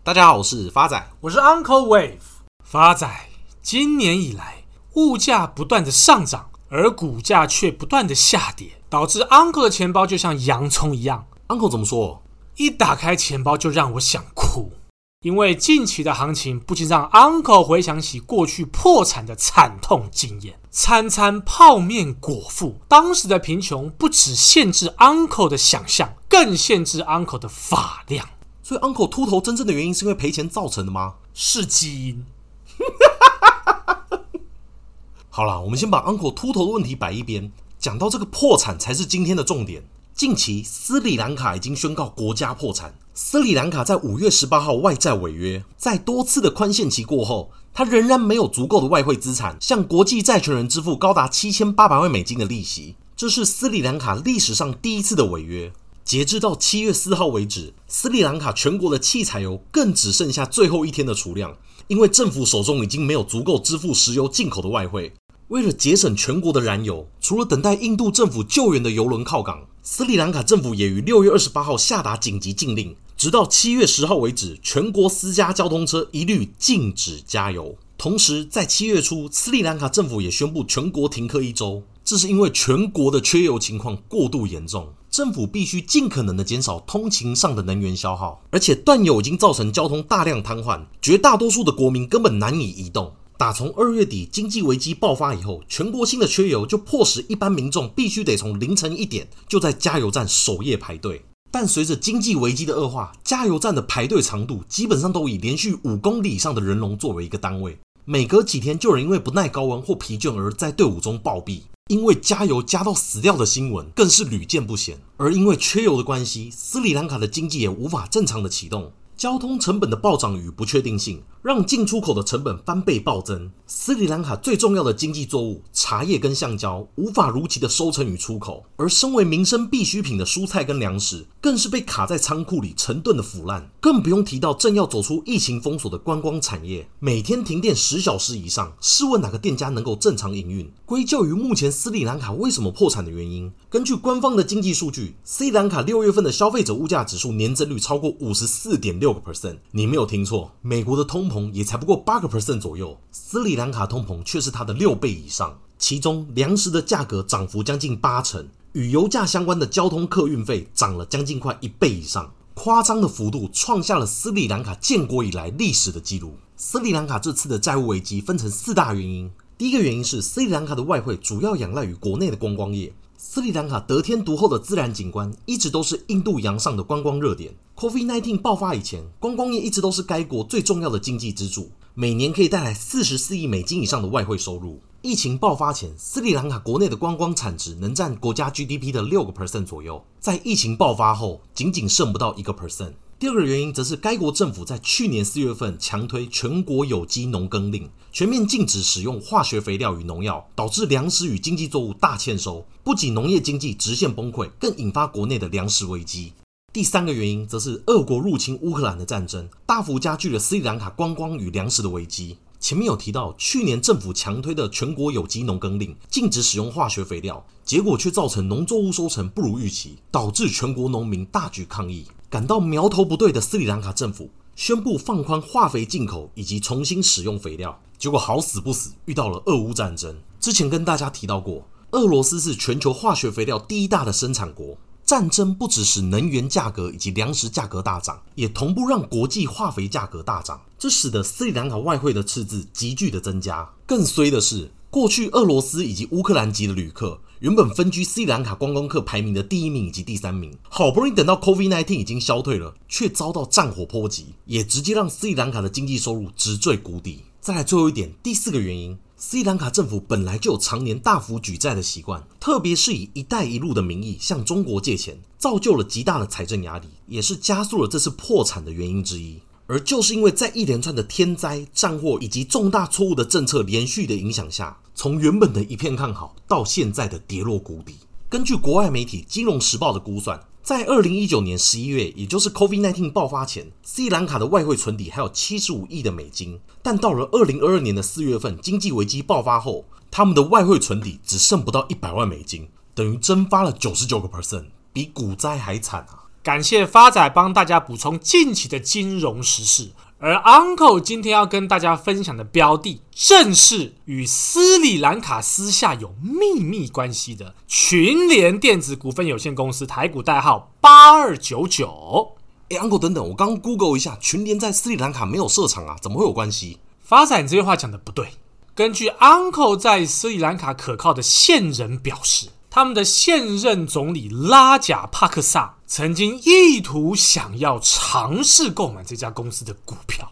大家好，我是发仔， 我是 Uncle Wave。发仔，今年以来物价不断的上涨，而股价却不断的下跌，导致 Uncle 的钱包就像洋葱一样。 Uncle 怎么说？ 一打开钱包就让我想哭，因为近期的行情不禁让 Uncle 回想起过去破产的惨痛经验。餐餐泡面果腹，当时的贫穷不只限制 Uncle 的想象，更限制 Uncle 的发量。 所以 Uncle 秃头真正的原因是因为赔钱造成的吗？ 是基因。 好啦，我们先把 Uncle 秃头的问题摆一边，讲到这个破产才是今天的重点。近期斯里兰卡已经宣告国家破产。斯里兰卡在5月18号外债违约，在多次的宽限期过后，它仍然没有足够的外汇资产向国际债权人支付高达7800万美金的利息，这是斯里兰卡历史上第一次的违约。截至到7月4号为止，斯里兰卡全国的汽柴油更只剩下最后一天的储量，因为政府手中已经没有足够支付石油进口的外汇。为了节省全国的燃油，除了等待印度政府救援的油轮靠港，斯里兰卡政府也于6月28号下达紧急禁令，直到7月10号为止，全国私家交通车一律禁止加油。同时，在7月初，斯里兰卡政府也宣布全国停课1周，这是因为全国的缺油情况过度严重。政府必须尽可能的减少通勤上的能源消耗，而且断油已经造成交通大量瘫痪，绝大多数的国民根本难以移动。打从2月底经济危机爆发以后，全国性的缺油就迫使一般民众必须得从凌晨1点就在加油站守夜排队。但随着经济危机的恶化，加油站的排队长度基本上都以连续5公里以上的人龙作为一个单位，每隔几天就有人因为不耐高温或疲倦而在队伍中暴毙。因为加油加到死掉的新闻更是屡见不鲜，而因为缺油的关系，斯里兰卡的经济也无法正常的启动。交通成本的暴涨与不确定性，让进出口的成本翻倍暴增。斯里兰卡最重要的经济作物茶叶跟橡胶无法如期的收成与出口，而身为民生必需品的蔬菜跟粮食，更是被卡在仓库里沉顿的腐烂。更不用提到正要走出疫情封锁的观光产业，每天停电10小时以上，试问哪个店家能够正常营运？归咎于目前斯里兰卡为什么破产的原因，根据官方的经济数据，斯里兰卡6月份的消费者物价指数年增率超过 54.6%， 你没有听错，美国的通膨也才不过 8% 左右，斯里兰卡通膨却是它的6倍以上。其中粮食的价格涨幅将近80%，与油价相关的交通客运费涨了将近快1倍以上，夸张的幅度创下了斯里兰卡建国以来历史的纪录。斯里兰卡这次的债务危机分成4大原因。第一个原因是斯里兰卡的外汇主要仰赖于国内的观光业。斯里兰卡得天独厚的自然景观一直都是印度洋上的观光热点。COVID-19 爆发以前，观光业一直都是该国最重要的经济支柱，每年可以带来44亿美金以上的外汇收入。疫情爆发前，斯里兰卡国内的观光产值能占国家 GDP 的 6% 左右，在疫情爆发后，仅仅剩不到 1%。第二个原因则是该国政府在去年4月份强推全国有机农耕令，全面禁止使用化学肥料与农药，导致粮食与经济作物大欠收，不仅农业经济直线崩溃，更引发国内的粮食危机。第三个原因则是俄国入侵乌克兰的战争，大幅加剧了斯里兰卡观光与粮食的危机。前面有提到，去年政府强推的全国有机农耕令，禁止使用化学肥料，结果却造成农作物收成不如预期，导致全国农民大举抗议。感到苗头不对的斯里兰卡政府宣布放宽化肥进口以及重新使用肥料，结果好死不死遇到了俄乌战争。之前跟大家提到过，俄罗斯是全球化学肥料第1大的生产国，战争不只使能源价格以及粮食价格大涨，也同步让国际化肥价格大涨，这使得斯里兰卡外汇的赤字急剧的增加。更衰的是，过去俄罗斯以及乌克兰籍的旅客原本分居斯里兰卡观光客排名的第1名以及第3名，好不容易等到 COVID-19 已经消退了，却遭到战火波及，也直接让斯里兰卡的经济收入直坠谷底。再来最后一点，第4个原因，斯里兰卡政府本来就有常年大幅举债的习惯，特别是以一带一路的名义向中国借钱，造就了极大的财政压力，也是加速了这次破产的原因之一。而就是因为在一连串的天灾、战祸以及重大错误的政策连续的影响下，从原本的一片看好到现在的跌落谷底。根据国外媒体《金融时报》的估算，在2019年11月，也就是 COVID-19 爆发前，斯里兰卡的外汇存底还有75亿的美金，但到了2022年的4月份，经济危机爆发后，他们的外汇存底只剩不到100万美金，等于蒸发了 99%， 比股灾还惨啊！ 感谢发仔帮大家补充近期的金融时事。而 Uncle 今天要跟大家分享的标的，正是与斯里兰卡私下有秘密关系的群联电子股份有限公司，台股代号8299。 Uncle 等等，我刚 Google 一下，群联在斯里兰卡没有设厂啊，怎么会有关系？ 发仔，你这句话讲的不对。根据 Uncle 在斯里兰卡可靠的线人表示，他们的现任总理拉贾帕克萨曾经意图想要尝试购买这家公司的股票。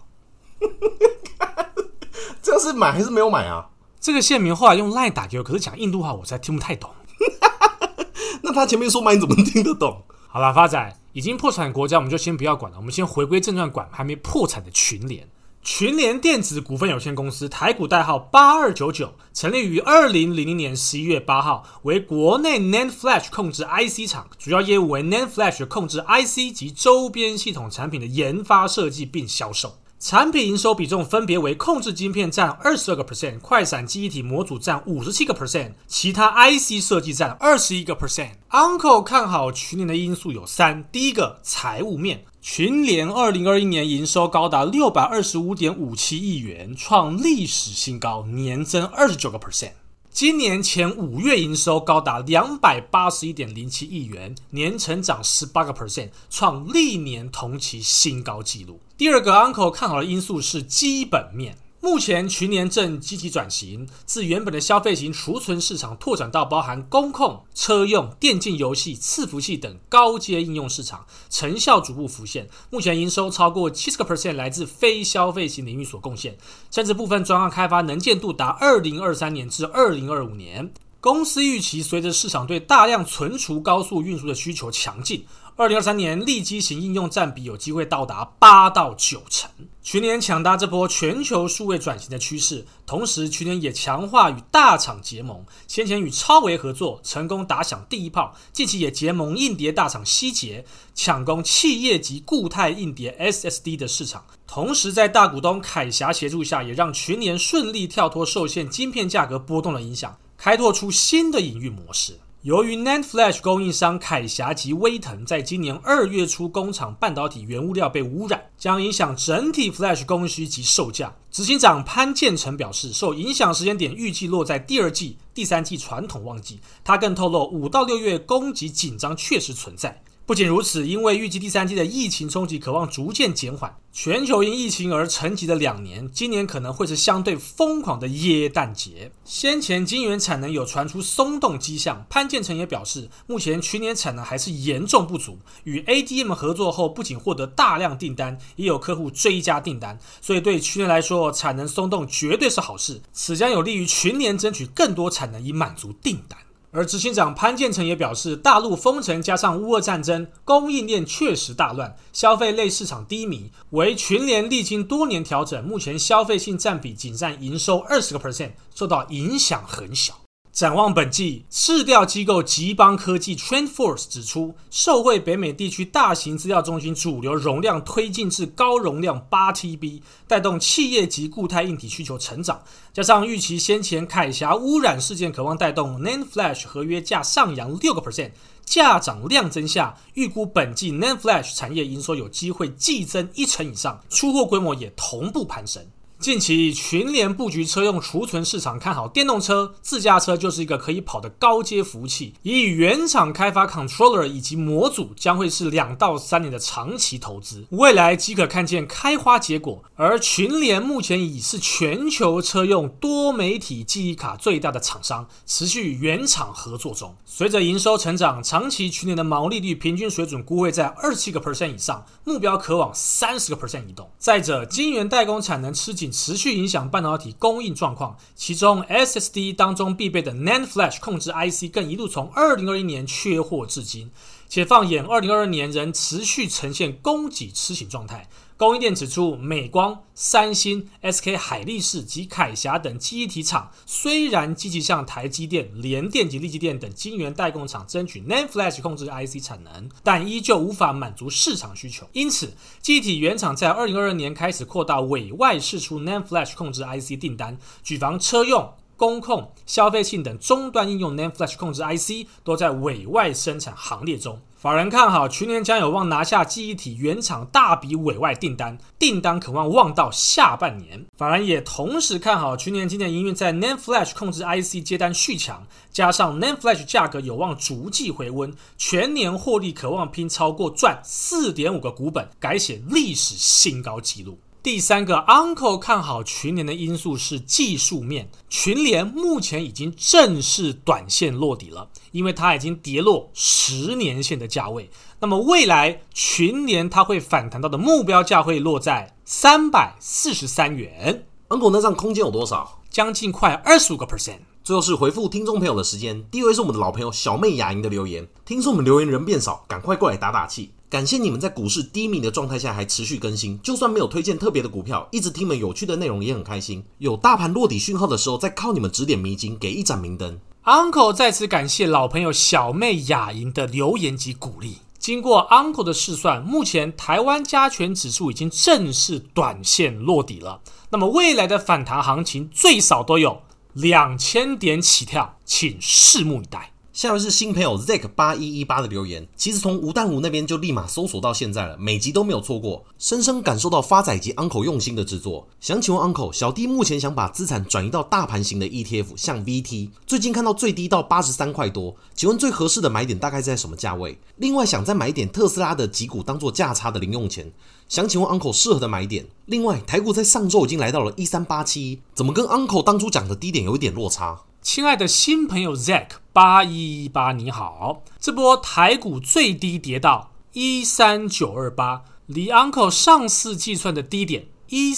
这是买还是没有买啊？ 这个县民后来用 LINE 打给我，可是讲印度话我实在听不太懂。 那他前面说买你怎么听得懂？ 好啦，发仔，已经破产的国家我们就先不要管了，我们先回归正传，管还没破产的群联。群联电子股份有限公司台股代号8299，成立于2000年11月8号，为国内 NAND Flash 控制 IC 厂，主要业务为 NAND Flash 控制 IC 及周边系统产品的研发设计并销售。产品营收比重分别为控制晶片占 22%， 快闪记忆体模组占 57%， 其他 IC 设计占 21%。Uncle 看好群联的因素有3，第一个财务面，群联2021年营收高达 625.57 亿元，创历史新高，年增 29%。今年前5月营收高达 281.07 亿元，年成长 18%， 创历年同期新高纪录。第二个 Uncle 看好的因素是基本面。目前群联正积极转型，自原本的消费型储存市场拓展到包含工控、车用、电竞游戏、伺服器等高阶应用市场，成效逐步浮现。目前营收超过 70% 来自非消费型领域所贡献，甚至部分专案开发能见度达2023年至2025年。公司预期随着市场对大量存储高速运输的需求强劲，2023年利基型应用占比有机会到达8到9成。群联抢搭这波全球数位转型的趋势，同时群联也强化与大厂结盟，先前与超微合作，成功打响第一炮，近期也结盟硬碟大厂希捷，抢攻企业级固态硬碟 SSD 的市场。同时在大股东凯霞协助下，也让群联顺利跳脱受限晶片价格波动的影响，开拓出新的营运模式。由于 NAND Flash 供应商凯霞及威腾在今年2月初工厂半导体原物料被污染，将影响整体 Flash 供需及售价。执行长潘建成表示，受影响时间点预计落在第2季、第3季传统旺季。他更透露5到6月供给紧张确实存在。不仅如此，因为预计第3季的疫情冲击渴望逐渐减缓，全球因疫情而沉寂的2年，今年可能会是相对疯狂的耶诞节。先前晶圆产能有传出松动迹象，潘建成也表示，目前群联产能还是严重不足，与 ADM 合作后不仅获得大量订单，也有客户追加订单，所以对群联来说，产能松动绝对是好事，此将有利于群联争取更多产能以满足订单。而执行长潘建成也表示，大陆封城加上乌俄战争，供应链确实大乱，消费类市场低迷，为群联历经多年调整，目前消费性占比仅占营收 20%， 受到影响很小。展望本季，市调机构集邦科技 TrendForce 指出，受惠北美地区大型资料中心主流容量推进至高容量 8TB， 带动企业级固态硬体需求成长，加上预期先前凯霞污染事件渴望带动 NAND Flash 合约价上扬 6%， 价涨量增下，预估本季 NAND Flash 产业营收有机会季增1成以上，出货规模也同步攀升。近期群联布局车用储存市场，看好电动车、自驾车就是一个可以跑的高阶服务器，以原厂开发 controller 以及模组，将会是2到3年的长期投资，未来即可看见开花结果。而群联目前已是全球车用多媒体记忆卡最大的厂商，持续与原厂合作中。随着营收成长，长期群联的毛利率平均水准估会在 27% 以上，目标可往 30% 移动。再者，晶圆代工产能吃紧，持续影响半导体供应状况，其中 SSD 当中必备的 NAND Flash 控制 IC 更一路从2021年缺货至今，且放眼2022年仍持续呈现供给吃紧状态。供应链指出，美光、三星、SK 海力士及凯霞等记忆体厂虽然积极向台积电、联电及力积电等晶圆代工厂争取 NAND Flash 控制 IC 产能，但依旧无法满足市场需求。因此，记忆体原厂在2022年开始扩大委外释出 NAND Flash 控制 IC 订单，举凡车用、工控、消费性等终端应用 NAND Flash 控制 IC 都在委外生产行列中。 法人看好群联将有望拿下记忆体原厂大笔委外订单，订单可望到下半年。法人也同时看好群联今年营运在 NAND Flash 控制 IC 接单续强，加上 NAND Flash 价格有望逐季回温，全年获利可望拼超过赚 4.5 个股本，改写历史新高纪录。第三个 Uncle 看好群联的因素是技术面，群联目前已经正式短线落底了，因为它已经跌落10年线的价位。那么未来群联它会反弹到的目标价会落在343元。 Uncle 那张空间有多少？ 将近快 25%。 最后是回复听众朋友的时间，第一位是我们的老朋友小妹雅莹的留言，听说我们留言人变少，赶快过来打打气。感谢你们在股市低迷的状态下还持续更新，就算没有推荐特别的股票，一直听你们有趣的内容也很开心。有大盘落底讯号的时候，再靠你们指点迷津，给一盏明灯。 Uncle 在此感谢老朋友小妹雅莹的留言及鼓励。经过 Uncle 的试算，目前台湾加权指数已经正式短线落底了。那么未来的反弹行情最少都有2000点起跳，请拭目以待。 下位是新朋友 Zack8118 的留言，其实从吴淡如那边就立马搜索到现在了，每集都没有错过，深深感受到发仔及 Uncle 用心的制作。想请问 Uncle， 小弟目前想把资产转移到大盘型的 ETF， 像 VT， 最近看到最低到83块多，请问最合适的买点大概在什么价位？另外想再买一点特斯拉的几股当做价差的零用钱，想请问 Uncle 适合的买点。另外台股在上周已经来到了13871，怎么跟 Uncle 当初讲的低点有一点落差？ 亲爱的新朋友 Zack8118 你好，这波台股最低跌到13928，离 Uncle 上次计算的低点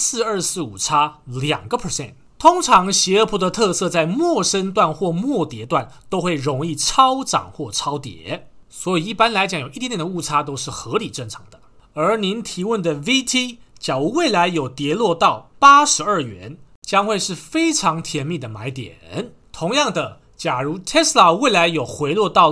14245差2%。通常邪恶波的特色在末升段或末跌段都会容易超涨或超跌，所以一般来讲有一点点的误差都是合理正常的。而您提问的 VT， 假如未来有跌落到82元，将会是非常甜蜜的买点。同样的，假如 Tesla 未来有回落到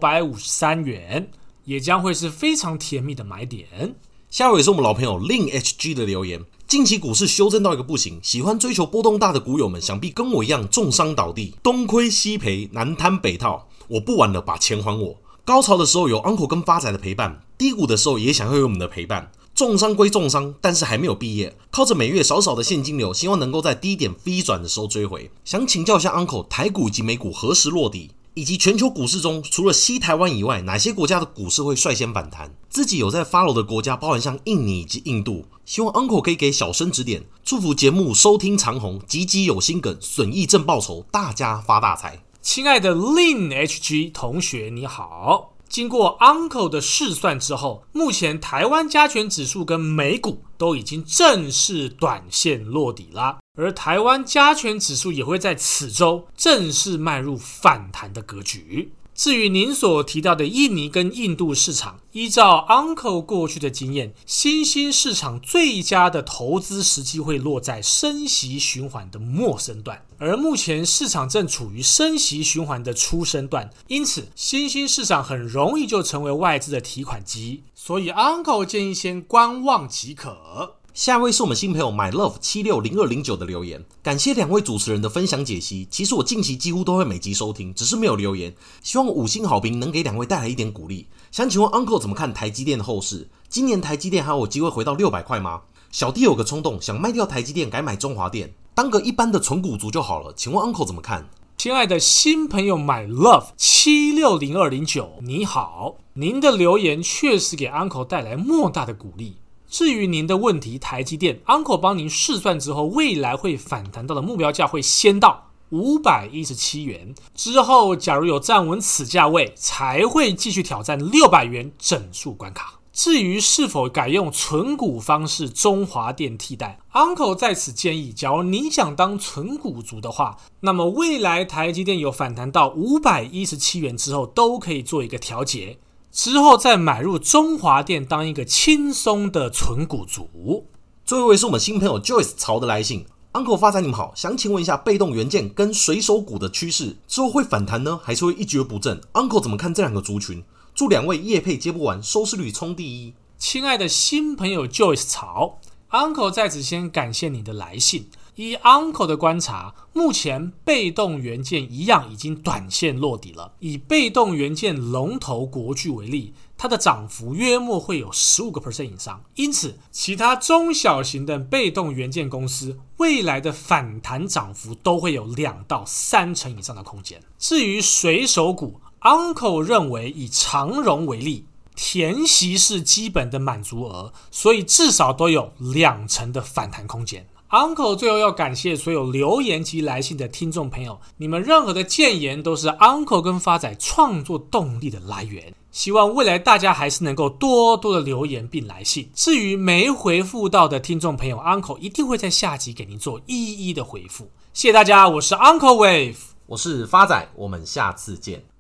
653元，也将会是非常甜蜜的买点。 下位是我们老朋友 LinHG 的留言，近期股市修正到一个不行，喜欢追求波动大的股友们想必跟我一样重伤倒地，东亏西赔，南摊北套，我不玩了，把钱还我。高潮的时候有 Uncle 跟发仔的陪伴，低谷的时候也想要有我们的陪伴。重伤归重伤，但是还没有毕业，靠着每月少少的现金流，希望能够在低点 V 转的时候追回。想请教一下 Uncle， 台股以及美股何时落底？以及全球股市中，除了西台湾以外，哪些国家的股市会率先反弹？自己有在 follow 的国家包含像印尼以及印度，希望 Uncle 可以给小生指点。祝福节目收听长红，集集有心梗，损益正报酬，大家发大财。 亲爱的 LinHG 同学你好，经过 Uncle 的试算之后，目前台湾加权指数跟美股都已经正式短线落底了，而台湾加权指数也会在此周正式迈入反弹的格局。至于您所提到的印尼跟印度市场，依照 Uncle 过去的经验，新兴市场最佳的投资时机会落在升息循环的末升段，而目前市场正处于升息循环的初升段，因此新兴市场很容易就成为外资的提款机，所以 Uncle 建议先观望即可。 下一位是我们新朋友 MyLove760209 的留言，感谢两位主持人的分享解析。其实我近期几乎都会每集收听，只是没有留言，希望5星好评能给两位带来一点鼓励。想请问 Uncle 怎么看台积电的后市？今年台积电还有机会回到600块吗？小弟有个冲动，想卖掉台积电改买中华电，当个一般的纯股族就好了，请问 Uncle 怎么看？ 亲爱的新朋友 MyLove760209 你好，您的留言确实给 Uncle 带来莫大的鼓励。至于您的问题，台积电 Uncle 帮您试算之后，未来会反弹到的目标价会先到517元，之后假如有站稳此价位，才会继续挑战600元整数关卡。至于是否改用存股方式中华电替代， Uncle 在此建议，假如你想当存股族的话，那么未来台积电有反弹到517元之后，都可以做一个调节，之后再买入中华电当一个轻松的存股族。 最后一位是我们新朋友 Joyce 曹的来信， Uncle 发财你们好，想请问一下被动元件跟水手股的趋势之后会反弹呢，还是会一蹶不振？ Uncle 怎么看这两个族群？祝两位业配接不完，收视率冲第一。 亲爱的新朋友 Joyce 曹， Uncle 在此先感谢你的来信。依 Uncle 的观察，目前被动元件一样已经短线落底了。以被动元件龙头国巨为例， 它的涨幅约莫会有 15% 以上。因此，其他中小型的被动元件公司未来的反弹涨幅都会有2到3成以上的空间。至于水手股， Uncle 认为以长荣为例，填息是基本的满足额，所以至少都有2成的反弹空间。Uncle 最后要感谢所有留言及来信的听众朋友，你们任何的建言都是 Uncle 跟发仔创作动力的来源。希望未来大家还是能够多多的留言并来信。至于没回复到的听众朋友， Uncle 一定会在下集给您做一一的回复。谢谢大家，我是 Uncle Wave， 我是发仔，我们下次见。